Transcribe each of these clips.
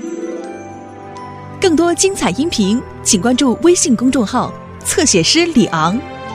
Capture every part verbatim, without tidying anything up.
更多精彩音频，请关注微信公众号“侧写师李昂”。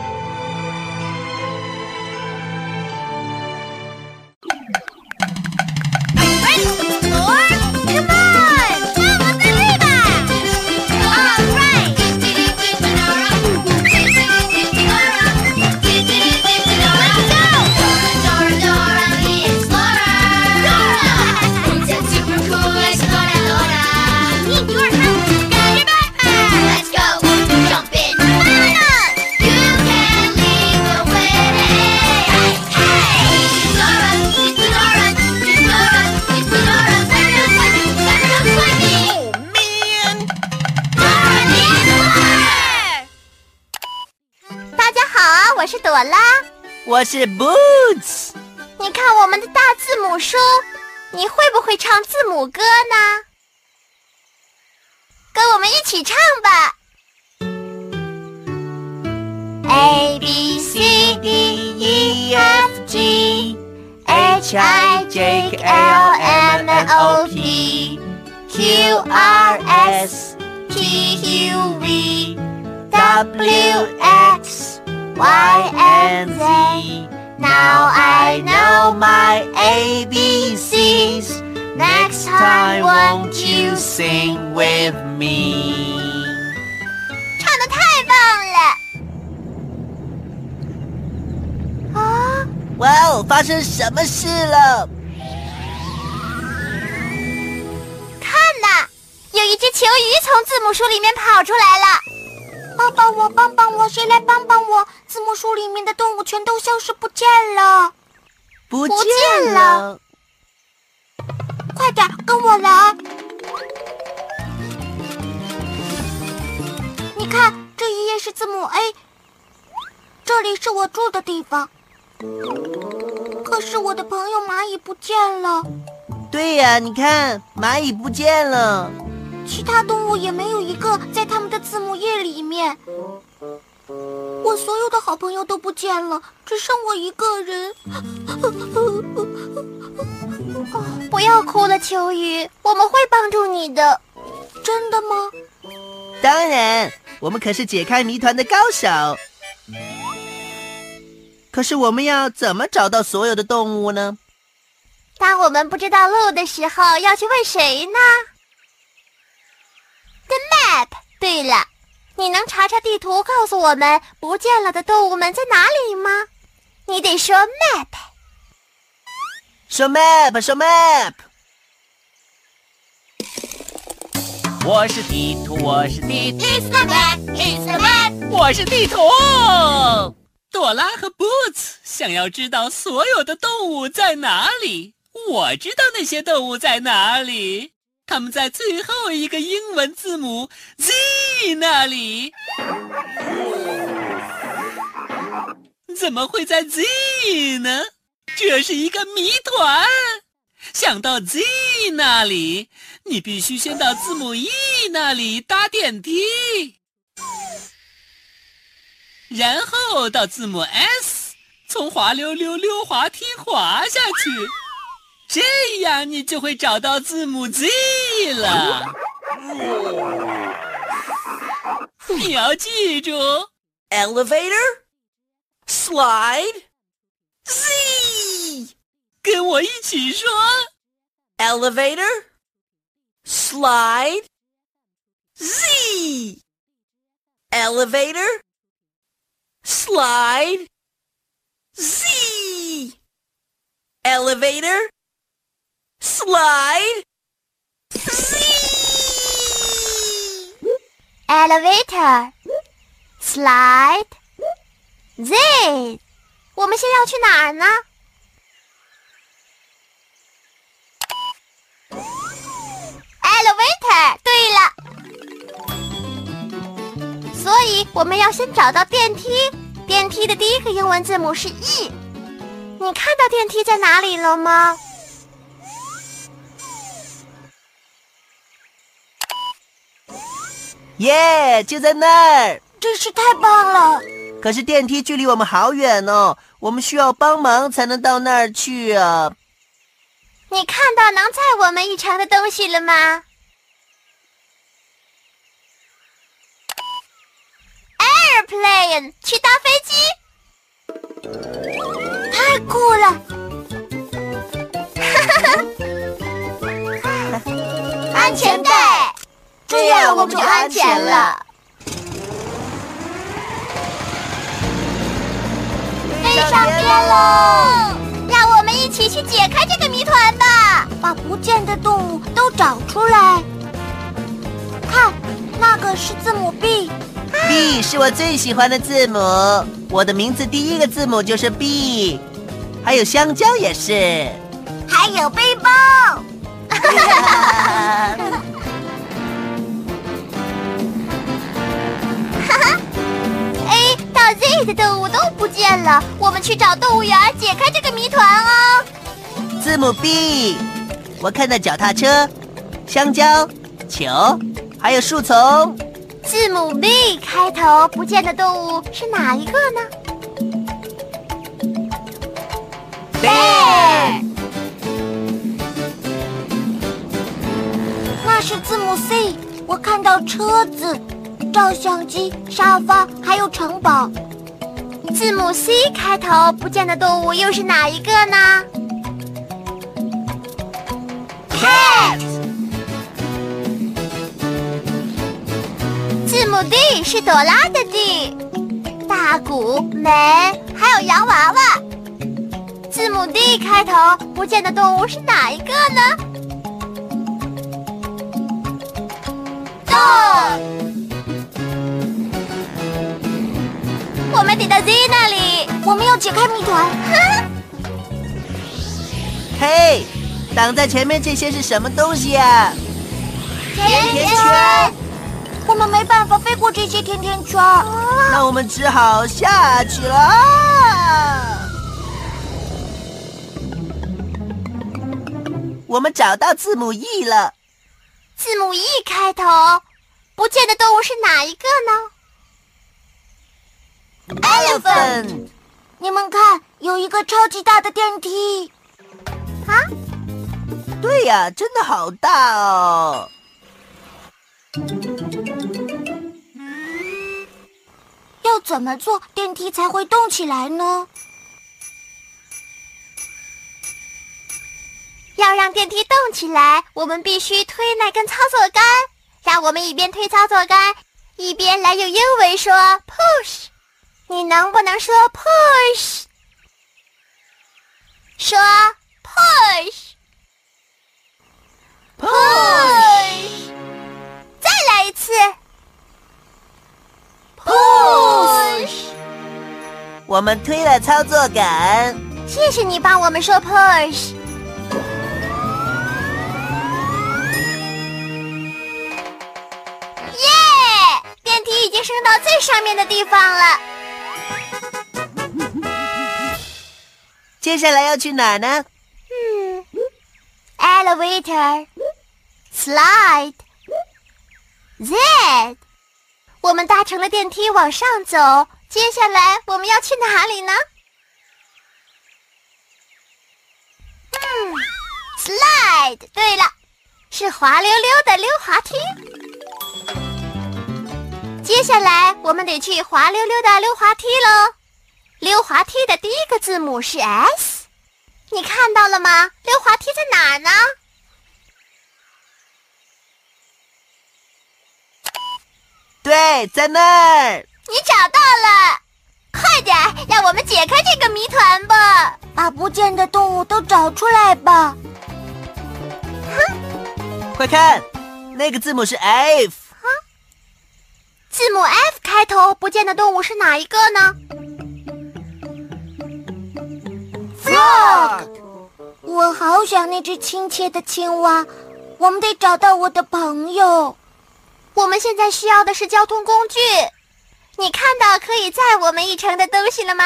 我是朵拉， 我是 Boots。 你看我们的大字母书，你会不会唱字母歌呢？跟我们一起唱吧。 A B C D E F G H I J K L M N O P Q R S T U V W X Y and Z. Now I know my A B Cs. Next time won't you sing with me? 唱得太棒了！啊！ 哇哦，发生什么事了？ 看呐，有一只球鱼从字母书里面跑出来了。帮帮我，帮帮我，谁来帮帮我？字母书里面的动物全都消失不见了， 不见了！ 快点，跟我来！你看，这一页是字母 A， 这里是我住的地方。可是我的朋友蚂蚁不见了。 对呀，你看，蚂蚁不见了。 其他动物也没有一个在他们的字母页里面。我所有的好朋友都不见了，只剩我一个人。不要哭了，球鱼，我们会帮助你的。真的吗？ 当然，我们可是解开谜团的高手。可是我们要怎么找到所有的动物呢？ 当我们不知道路的时候，要去问谁呢？The map。 对了，你能查查地图告诉我们不见了的动物们在哪里吗？你得说 map。 说 map 说 map。 我是地图，我是地图 It's the map, it's the map。 我是地图。朵拉和 Boots 想要知道所有的动物在哪里。我知道那些动物在哪里，他们在最后一个英文字母 Z 那里。怎么会在 Z 呢？这是一个谜团。想到 Z 那里，你必须先到字母 E 那里搭电梯，然后到字母 S， 从滑溜溜溜滑梯滑下去。这样你就会找到字母 Z 了。你要记住 Elevator Slide Z。 跟我一起说 Elevator Slide Z。 Elevator Slide Z。 Elevator Slide Z。 Elevator Slide Z。 我们现在要去哪儿呢？ Elevator。 对了，所以我们要先找到电梯。电梯的第一个英文字母是 E。 你看到电梯在哪里了吗？ 耶， yeah, 就在那儿！ 真是太棒了！ 可是电梯距离我们好远哦，我们需要帮忙才能到那儿去啊。 你看到能载我们一程的东西了吗？ airplane， 去搭飞机。太酷了！安全带，这样我们就安全了。飞上天喽！让我们一起去解开这个谜团吧，把不见的动物都找出来。看，那个是字母 B。B 是我最喜欢的字母，我的名字第一个字母就是 B， 还有香蕉也是， 还有背包。A 到 Z 的动物都不见了，我们去找动物园解开这个谜团哦。 字母 B， 我看到脚踏车、香蕉、球，还有树丛。 字母 B 开头不见的动物是哪一个呢？ Bear。 那是字母 C， 我看到车子、照相机、沙发还有城堡。字母 C 开头不见的动物又是哪一个呢？ Cat。 字母 D 是朵拉的 D， 大鼓、门还有洋娃娃。字母 D 开头不见的动物是哪一个呢？ Dog。 我们得到 Z 那里，我们要解开谜团。 嘿，挡在前面这些是什么东西呀？ 甜甜圈。我们没办法飞过这些甜甜圈， 那我们只好下去了。我们找到字母 E 了。 字母 E 开头，不见的动物是哪一个呢 ？Elephant。你们看，有一个超级大的电梯。啊？ 对呀，真的好大哦。 要怎么做电梯才会动起来呢？要让电梯动起来，我们必须推那根操作杆。让我们一边推操作杆，一边来用英文说 push。你能不能说 push？ 说 push。push。再来一次。push。 我们推了操作杆。 谢谢你帮我们说 push。耶！电梯已经升到最上面的地方了。 接下来要去哪儿呢？ 嗯 ，elevator slide Z。我们搭乘了电梯往上走，接下来我们要去哪里呢？嗯 ，slide。对了，是滑溜溜的溜滑梯。接下来我们得去滑溜溜的溜滑梯喽。溜滑梯的第一个字母是 S， 你看到了吗？溜滑梯在哪儿呢？ 对，在那儿。 你找到了，快点，让我们解开这个谜团吧！把不见的动物都找出来吧！ 快看，那个字母是 F。 字母 F 开头不见的动物是哪一个呢？ Frog。我好想那只亲切的青蛙，我们得找到我的朋友。我们现在需要的是交通工具。你看到可以载我们一程的东西了吗？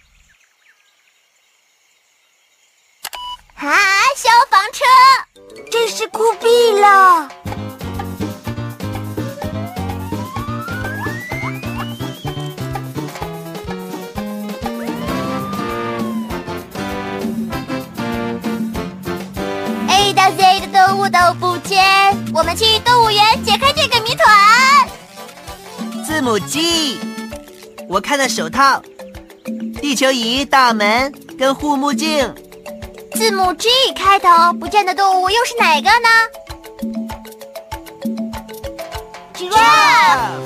啊，消防车！真是酷毙了！A 到 Z 的动物都不见，我们去动物园解开这个谜团。 字母 G， 我看到手套、地球仪、大门跟护目镜。 字母 G 开头不见的动物又是哪个呢 ？Giraffe。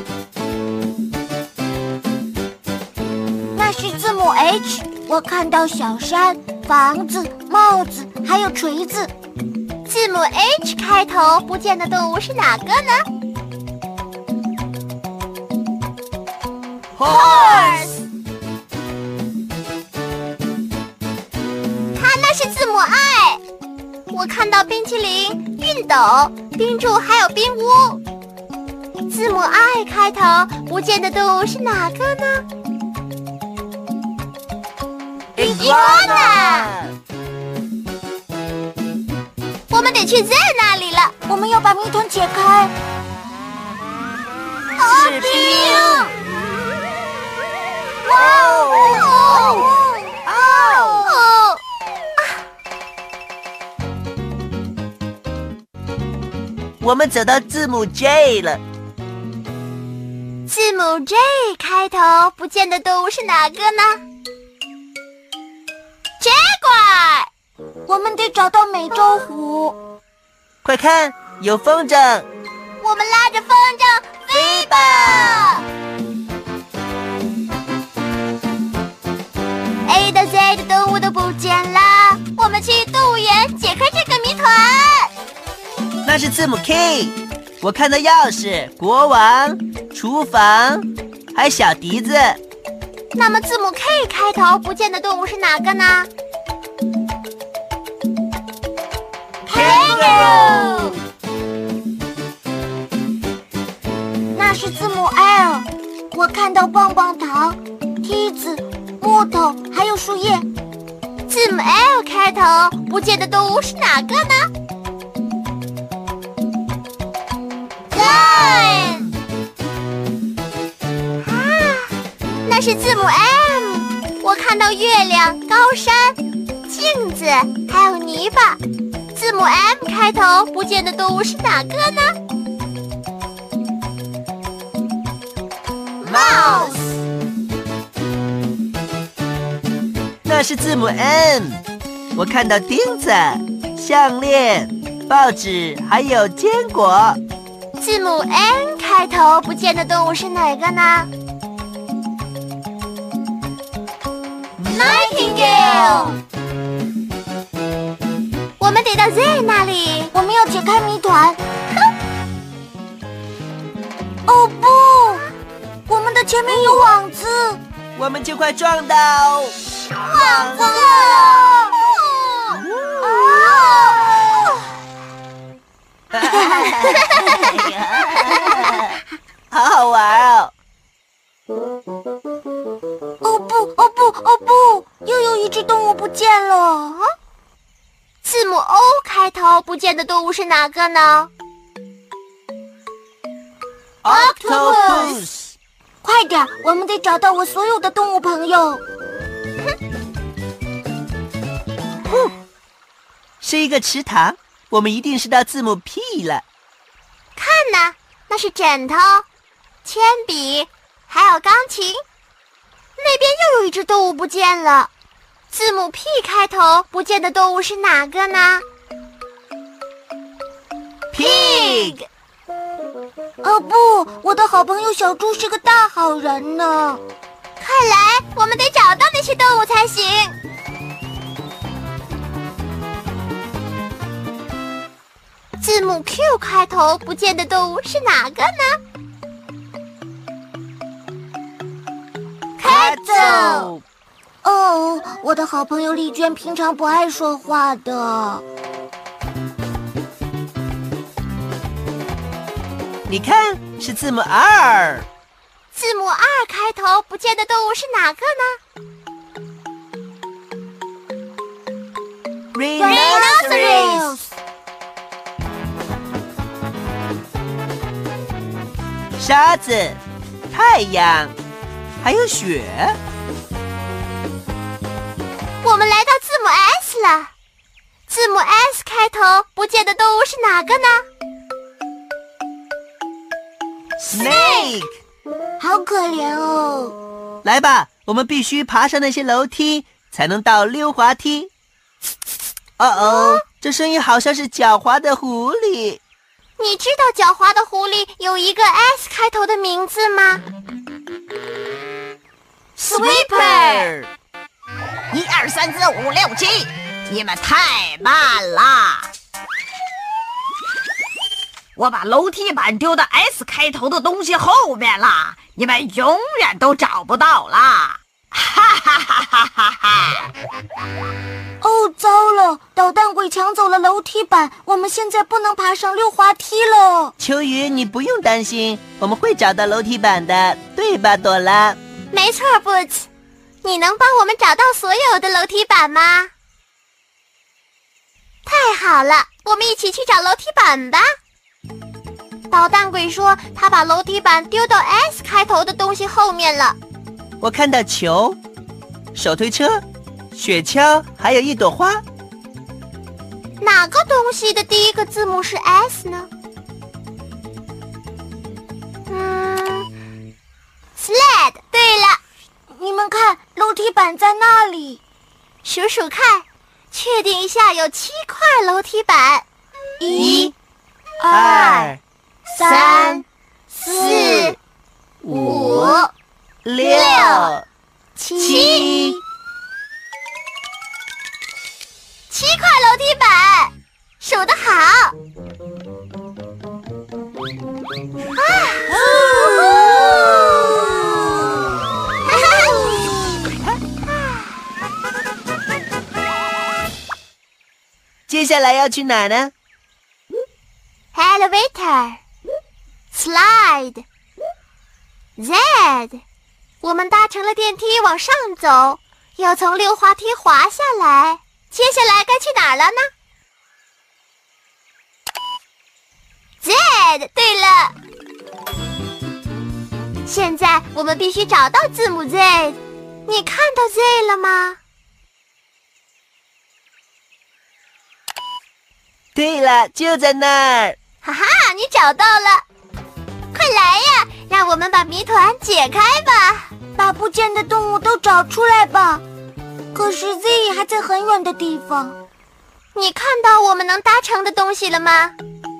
那是字母 H， 我看到小山、房子、帽子，还有锤子。 字母 H 开头不见的动物是哪个呢 ？Horse。它那是字母 I， 我看到冰淇淋、熨斗、冰柱还有冰屋。字母 I 开头不见的动物是哪个呢 ？Iguana。我们得去 Z 那里了， 我们要把谜团解开。 士兵！哇哦！哦！哦！ 我们走到字母 J 了。 字母 J 开头不见的动物是哪个呢 ？Jaguar。 我们得找到美洲虎。 快看，有风筝！ 我们拉着风筝飞吧 ！A 到 Z 的动物都不见啦，我们去动物园解开这个谜团。 那是字母 K， 我看到钥匙、国王、厨房，还小笛子。 那么字母 K 开头不见的动物是哪个呢？ Kangaroo。那是字母 L， 我看到棒棒糖、梯子、木头还有树叶。 字母 L 开头不见的动物是哪个呢 ？Lion。啊，那是字母 M， 我看到月亮、高山、镜子还有泥巴。字母 M 开头不见的动物是哪个呢 ？Mouse。 那是字母 N， 我看到钉子、项链、报纸还有坚果。 字母 N 开头不见的动物是哪个呢 ？Nightingale。我们得到 Z 那里， 我们要解开谜团。哦不，我们的前面有网子， 我们就快撞到网子了！ 好好玩哦！ 哦不，哦不，哦不，又有一只动物不见了。 字母 O 开头不见的动物是哪个呢 ？Octopus。 快点，我们得找到我所有的动物朋友。 呼，是一个池塘，我们一定是到字母 P 了。 看呐，那是枕头、铅笔，还有钢琴。那边又有一只动物不见了。字母 P 开头不见的动物是哪个呢 ？Pig。 哦不，我的好朋友小猪是个大好人呢。 看来我们得找到那些动物才行。字母 Q 开头不见的动物是哪个呢 ？Cattle。 哦，我的好朋友丽娟平常不爱说话的。 你看，是字母 R。 字母 R 开头不见的动物是哪个呢 ？Rhinoceros。沙子、太阳，还有雪。 我们来到字母 S 了。字母 S 开头不见的动物是哪个呢 ？Snake。 好可怜哦。 来吧，我们必须爬上那些楼梯，才能到溜滑梯。哦哦，这声音好像是狡猾的狐狸。 你知道狡猾的狐狸有一个 S 开头的名字吗？ Sweeper。一二三四五六七，你们太慢啦！我把楼梯板丢到 S 开头的东西后面了，你们永远都找不到啦！哈哈哈哈哈哈！ 哦，糟了！捣蛋鬼抢走了楼梯板，我们现在不能爬上溜滑梯了。 秋雨，你不用担心，我们会找到楼梯板的，对吧，朵拉？ 没错 ，Boots。你能帮我们找到所有的楼梯板吗？太好了，我们一起去找楼梯板吧。捣蛋鬼说他把楼梯板丢到 S 开头的东西后面了。 我看到球、手推车、雪橇，还有一朵花。 哪个东西的第一个字母是 S 呢？嗯 ，sled。对了，你们看，楼梯板在那里。数数看，确定一下，有七块楼梯板。一、二、三、四、五、 六、 七。七块楼梯板，数得好！啊！ 接下来要去哪呢？ Elevator, slide, Z。我们搭乘了电梯往上走，又从溜滑梯滑下来。接下来该去哪儿了呢 ？Z。对了，现在我们必须找到字母 Z。你看到 Z 了吗？ 对了，就在那儿。 哈哈，你找到了！快来呀，让我们把谜团解开吧！把不见的动物都找出来吧。可是 Z 还在很远的地方。你看到我们能搭乘的东西了吗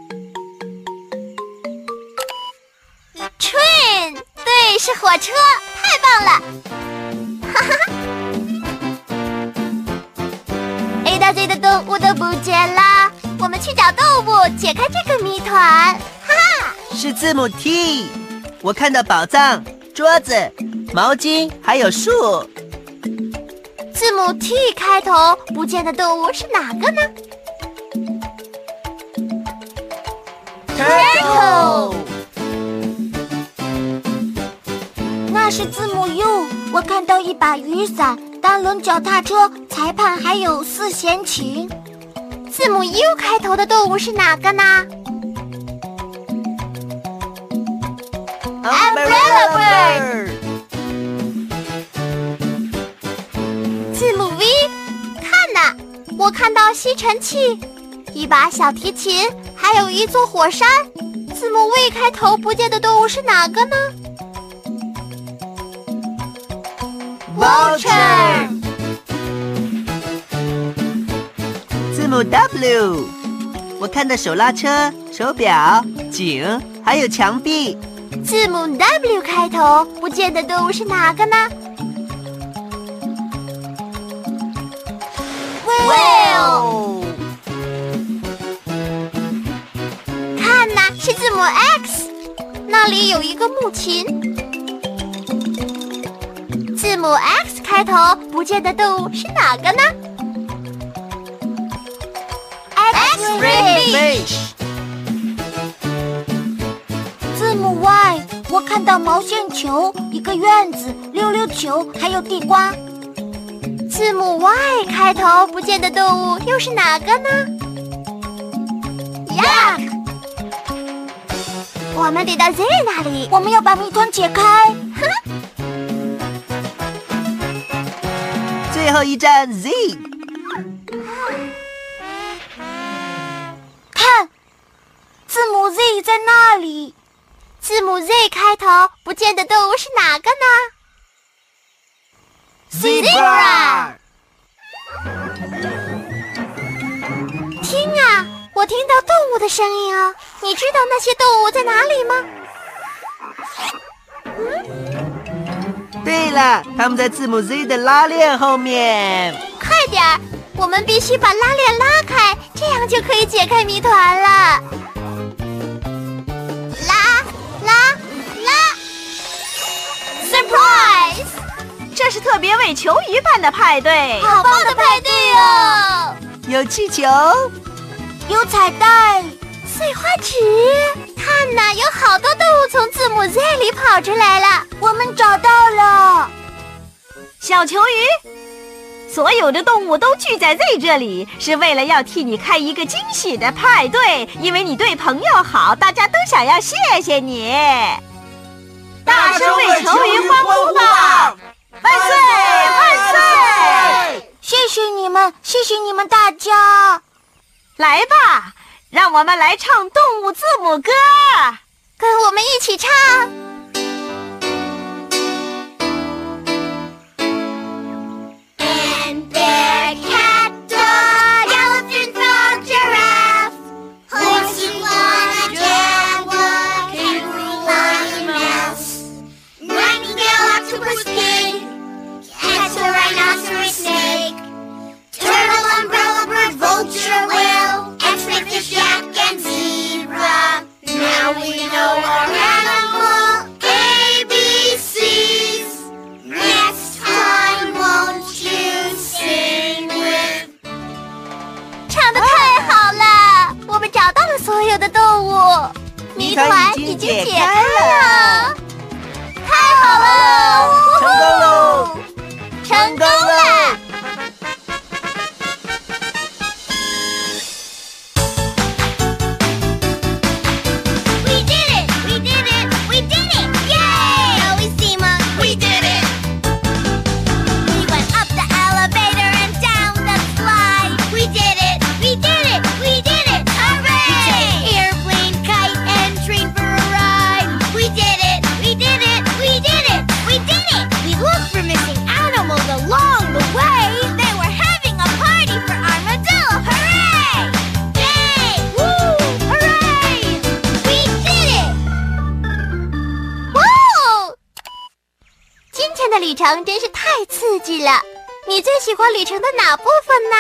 ？Train， 对，是火车，太棒了！哈哈哈。A 到 Z 的动物都不见啦，我们去找动物，解开这个谜团。哈哈， 是字母 T。我看到宝藏、桌子、毛巾，还有树。 字母 T 开头不见的动物是哪个呢 Turtle。 那是字母 U， 我看到一把雨伞、单轮脚踏车、裁判还有四弦琴。字母 U 开头的动物是哪个呢 Umbrella bird。 字母 V， 看呐，我看到吸尘器、一把小提琴，还有一座火山。字母 V 开头不见的动物是哪个呢 Vulture。字母 W， 我看到手拉车、手表、井，还有墙壁。 字母 W 开头不见的动物是哪个呢 Whale。 看呐，是字母 X， 那里有一个木琴。字母 X 开头不见的动物是哪个呢 X-ray fish。 字母 Y， 我看到毛线球、一个院子、溜溜球，还有地瓜。字母 Y 开头不见的动物又是哪个呢 ？Yak。我们得到 Z 那里，我们要把谜团解开。 最后一站 Z。 看，字母 Z 在那里。 字母 Z 开头不见的动物是哪个呢 Zebra。 听啊，我听到动物的声音哦。你知道那些动物在哪里吗？ 嗯？对了，它们在字母 Z 的拉链后面。 快点儿，我们必须把拉链拉开，这样就可以解开谜团了。拉拉拉 ！Surprise！ 这是特别为球鱼办的派对， 好棒的派对哦！ 有气球， 有彩带，碎花纸。看呐，有好多动物从字母 Z 里跑出来了，我们找到了。 小球鱼，所有的动物都聚在 Z 这里，是为了要替你开一个惊喜的派对，因为你对朋友好，大家都想要谢谢你。大声为球鱼欢呼吧！万岁！万岁！ 谢谢你们，谢谢你们大家。 来吧，让我们来唱动物字母歌， 跟我们一起唱。And bear, cat, dog, elephant, frog, giraffe, horse, iguana, jaguar, kangaroo, lion, mouse, nightingale, octopus, pig, castor, rhinoceros, snake, turtle, umbrella, bird, vulture, whale, x-ray, fish, yak, and zebra. Now we know our animal A B Cs. Next time, won't you sing with? 唱得太好了，我们找到了所有的动物，谜团已经解开了，太好了， 成功喽！ 成功了！ 旅程真是太刺激了！你最喜欢旅程的哪部分呢？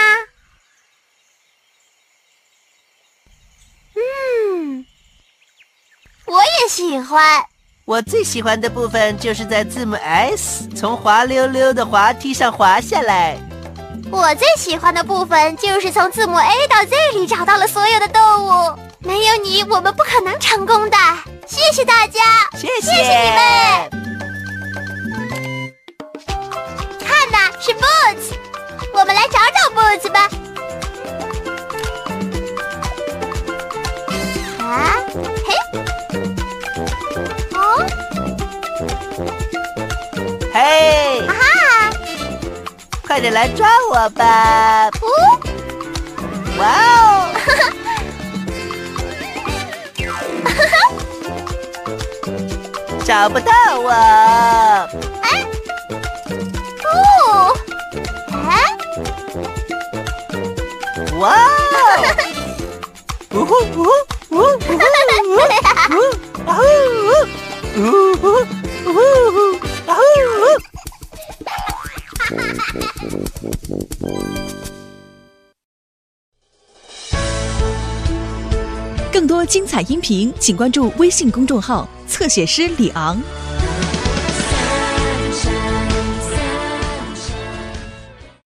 嗯，我也喜欢。 我最喜欢的部分就是在字母 S 从滑溜溜的滑梯上滑下来。 我最喜欢的部分就是从字母 A 到 Z 里找到了所有的动物。没有你，我们不可能成功的。谢谢大家， 谢谢， 谢谢你们。 看呐，是 Boots， 我们来找找 Boots 吧。啊，嘿，哦， 嘿， 啊哈， 快点来抓我吧！ 哦， 哇哦，找不到我。 哎。 哦，哎， 哇！呜呼呜呼呜呼呜啊呼呜呼呜呼啊呼！ 更多精彩音频，请关注微信公众号“侧写师李昂”。